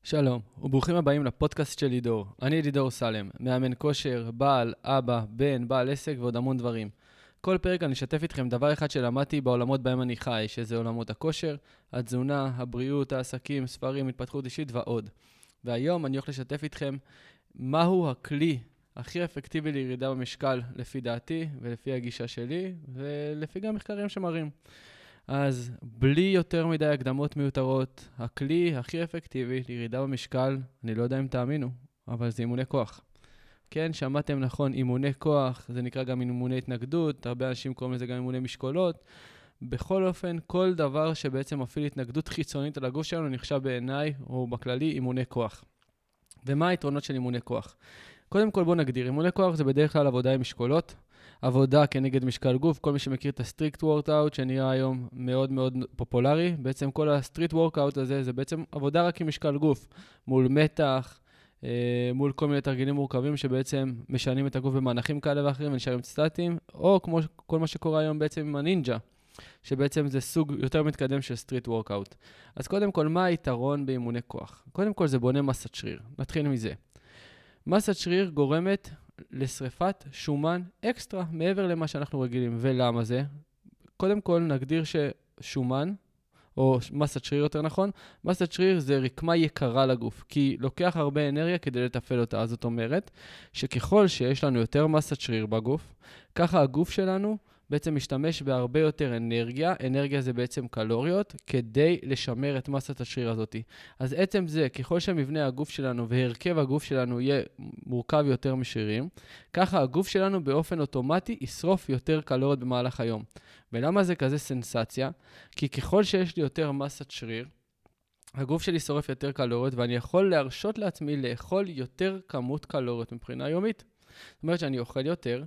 שלום, וברוכים הבאים לפודקאסט של לידור. אני לידור סלם, מאמן כושר, בעל, אבא, בן, בעל עסק ועוד המון דברים. כל פרק אני אשתף איתכם דבר אחד שלמדתי בעולמות בהם אני חי, שזה עולמות הכושר, התזונה, הבריאות, העסקים, ספרים, התפתחות אישית ועוד. והיום אני הולך לשתף איתכם מהו הכלי הכי אפקטיבי לירידה במשקל לפי דעתי ולפי הגישה שלי ולפי גם מחקרים שמראים. אז בלי יותר מדי הקדמות מיותרות, הכלי הכי אפקטיבי לירידה במשקל, אני לא יודע אם תאמינו, אבל זה אימוני כוח. כן, שמעתם נכון, אימוני כוח, זה נקרא גם אימוני התנגדות, הרבה אנשים קוראים לזה גם אימוני משקולות. בכל אופן, כל דבר שבעצם מפעיל התנגדות חיצונית על הגוף שלנו נחשב בעיניי, או בכללי, אימוני כוח. ומה היתרונות של אימוני כוח? קודם כל בוא נגדיר, אימוני כוח זה בדרך כלל עבודה עם משקולות, עבודה כנגד משקל גוף, כל מי שמכיר את הסטריקט וורקאוט שנראה היום מאוד מאוד פופולרי, בעצם כל הסטריט וורקאוט הזה זה בעצם עבודה רק עם משקל גוף, מול מתח, מול כל מיני תרגילים מורכבים שבעצם משנים את הגוף במהלכים כאלה ואחרים ונשארים סטטיים, או כמו כל מה שקורה היום בעצם עם הנינג'ה, שבעצם זה סוג יותר מתקדם של סטריט וורקאוט. אז קודם כל, מה היתרון באימוני כוח? קודם כל זה בונה מסת שריר, נתחיל מזה. מסת שריר גורמת לשריפת שומן אקסטרה מעבר למה שאנחנו רגילים. ולמה זה? קודם כל נגדיר ששומן, או מסת שריר יותר נכון, מסת שריר זה רקמה יקרה לגוף, כי לוקח הרבה אנרגיה כדי לתפעל אותה. אז זאת אומרת שככל שיש לנו יותר מסת שריר בגוף, ככה הגוף שלנו בעצם משתמש בהרבה יותר אנרגיה, אנרגיה זה בעצם קלוריות, כדי לשמר את מסת השריר הזאת. אז עצם זה, ככל שמבנה הגוף שלנו והרכב הגוף שלנו יהיה מורכב יותר משרירים, ככה הגוף שלנו באופן אוטומטי ישרוף יותר קלוריות במהלך היום. ולמה זה כזה סנסציה? כי ככל שיש לי יותר מסת שריר, הגוף שלי שורף יותר קלוריות, ואני יכול להרשות לעצמי לאכול יותר כמות קלוריות מבחינה יומית. זאת אומרת שאני אוכל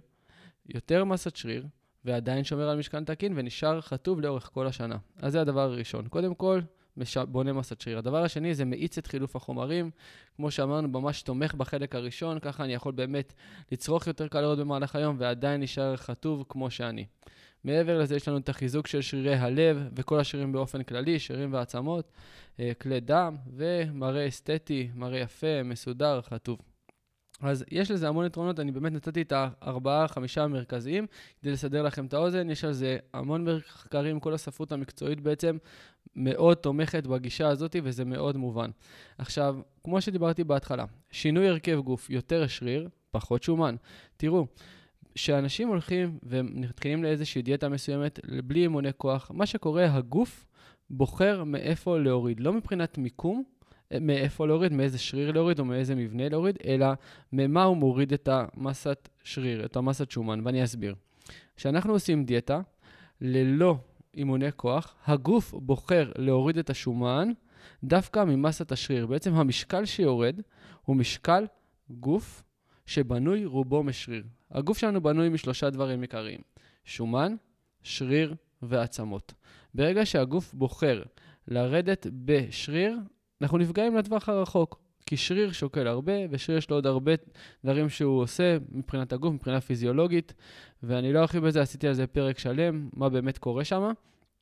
יותר מסת שריר, ועדיין שומר על משקל תקין ונשאר חטוב לאורך כל השנה. אז זה הדבר הראשון. קודם כל, בונה מסת שריר. הדבר השני זה מאיץ את חילוף החומרים. כמו שאמרנו, ממש תומך בחלק הראשון, ככה אני יכול באמת לצרוך יותר קלוריות במהלך היום ועדיין נשאר חטוב כמו שאני. מעבר לזה יש לנו את החיזוק של שרירי הלב וכל השרירים באופן כללי, שרירים ועצמות, כלי דם ומראה אסתטי, מראה יפה, מסודר, חטוב. אז יש לזה המון יתרונות, אני באמת נתתי את 4-5 המרכזיים כדי לסדר לכם את האוזן, יש על זה המון מחקרים, כל הספרות המקצועית בעצם מאוד תומכת בגישה הזאת וזה מאוד מובן. עכשיו, כמו שדיברתי בהתחלה, שינוי הרכב גוף, יותר שריר, פחות שומן. תראו, שאנשים הולכים ומתחילים לאיזושהי דיאטה מסוימת בלי אימוני כוח, מה שקורה, הגוף בוחר מאיפה להוריד, לא מבחינת מיקום, מאיפה להוריד, מאיזה שריר להוריד או מאיזה מבנה להוריד, אלא ממה הוא מוריד את המסת שריר, את המסת שומן, ואני אסביר. כשאנחנו עושים דיאטה, ללא אימוני כוח, הגוף בוחר להוריד את השומן דווקא ממסת השריר. בעצם המשקל שיורד הוא משקל גוף שבנוי רובו משריר. הגוף שלנו בנוי משלושה דברים עיקריים, שומן, שריר ועצמות. ברגע שהגוף בוחר לרדת בשריר, אנחנו נפגעים לטווח הרחוק, כי שריר שוקל הרבה, ושריר יש לו עוד הרבה דברים שהוא עושה מבחינת הגוף, מבחינה פיזיולוגית, ואני לא ארחיב בזה, עשיתי על זה פרק שלם, מה באמת קורה שם.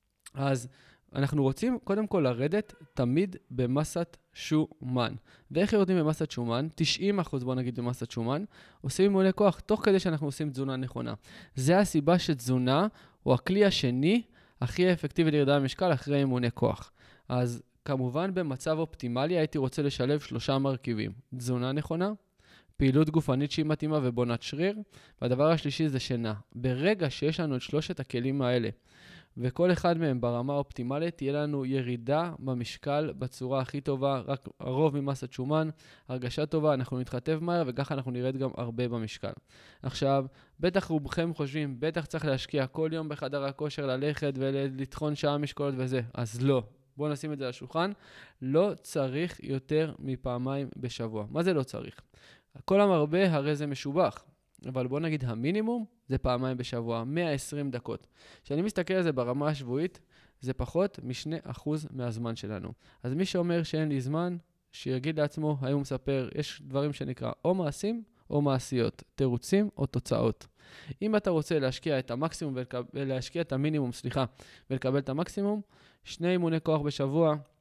אז אנחנו רוצים קודם כל לרדת תמיד במסת שומן. ואיך יורדים במסת שומן? 90% בוא נגיד במסת שומן, עושים אימוני כוח, תוך כדי שאנחנו עושים תזונה נכונה. זה הסיבה שתזונה הוא הכלי השני הכי אפקטיבי לירידה במשקל אחרי אימוני כוח. אז כמובן במצב אופטימלי הייתי רוצה לשלב 3 מרכיבים. תזונה נכונה, פעילות גופנית שהיא מתאימה ובונת שריר, והדבר השלישי זה שינה. ברגע שיש לנו את 3 הכלים האלה, וכל אחד מהם ברמה האופטימלית, תהיה לנו ירידה במשקל בצורה הכי טובה, רק הרוב ממסת שומן, הרגשה טובה, אנחנו נתחטב מהר וככה אנחנו נרד גם הרבה במשקל. עכשיו, בטח רובכם חושבים, בטח צריך להשקיע כל יום בחדר הכושר, ללכת ולטחון שעה משקולות וזה, אז לא. בואו נשים את זה על השולחן, לא צריך יותר מפעמיים בשבוע. מה זה לא צריך? כל המרבה הרי זה משובח, אבל בואו נגיד המינימום זה פעמיים בשבוע, 120 דקות. כשאני מסתכל על זה ברמה השבועית, זה פחות מ2% מהזמן שלנו. אז מי שאומר שאין לי זמן, שיגיד לעצמו, היום מספר, יש דברים שנקרא או מעשים או מעשיות, תירוצים או תוצאות. אם אתה רוצה להשקיע את המקסימום ולהשקיע את המינימום, ולקבל את המקסימום, 2 אימוני כוח בשבוע,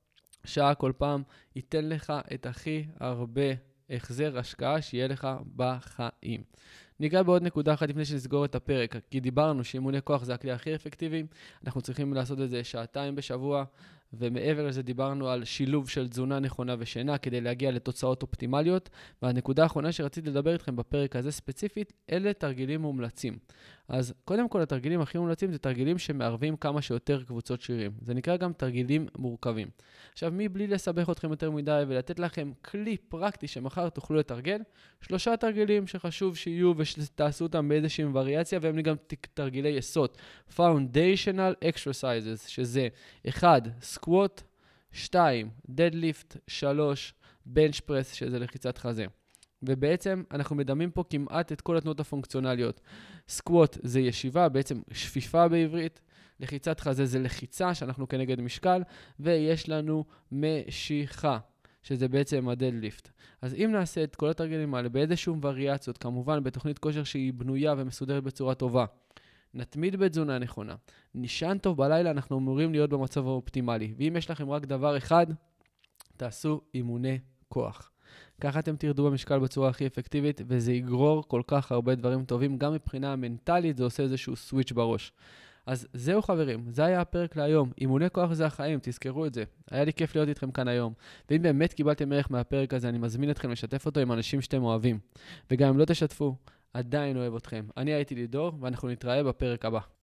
שעה כל פעם ייתן לך את הכי הרבה החזר השקעה שיהיה לך בחיים. ניגע בעוד נקודה אחת לפני שנסגור את הפרק, כי דיברנו שאימוני כוח זה הכלי הכי אפקטיבי, אנחנו צריכים לעשות את זה 2 בשבוע, ומעבר לזה דיברנו על שילוב של תזונה נכונה ושינה כדי להגיע לתוצאות אופטימליות, והנקודה האחרונה שרציתי לדבר איתכם בפרק הזה ספציפית, אלה תרגילים מומלצים. אז קודם כל התרגילים הכי מומלצים זה תרגילים שמערבים כמה שיותר קבוצות שרירים. זה נקרא גם תרגילים מורכבים. עכשיו, מבלי לסבך אתכם יותר מדי ולתת לכם כלי פרקטי שמחר תוכלו לתרגל, 3 תרגילים שחשוב שיהיו ושתעשו אותם באיזושהי וריאציה, והם גם תרגילי יסוד. Foundational exercises, שזה 1. סקווט, 2. deadlift, 3. bench press, שזה לחיצת חזה. ובעצם אנחנו מדמים פה כמעט את כל התנועות הפונקציונליות. סקווט זה ישיבה, בעצם שפיפה בעברית. לחיצת חזה זה לחיצה שאנחנו כנגד משקל, ויש לנו משיכה, שזה בעצם הדדליפט. אז אם נעשה את כל התרגילים האלה באיזשהו וריאציות, כמובן בתוכנית כושר שהיא בנויה ומסודרת בצורה טובה, נתמיד בתזונה נכונה, נשען טוב בלילה, אנחנו אמורים להיות במצב האופטימלי. ואם יש לכם רק דבר אחד, תעשו אימוני כוח. ככה אתם תרדו במשקל בצורה הכי אפקטיבית, וזה יגרור כל כך הרבה דברים טובים, גם מבחינה מנטלית זה עושה איזשהו סוויץ' בראש. אז זהו חברים, זה היה הפרק להיום. אימוני כוח זה החיים, תזכרו את זה. היה לי כיף להיות איתכם כאן היום. ואם באמת קיבלתם ערך מהפרק הזה, אני מזמין אתכם לשתף אותו עם אנשים שאתם אוהבים. וגם אם לא תשתפו, עדיין אוהב אתכם. אני הייתי לידור, ואנחנו נתראה בפרק הבא.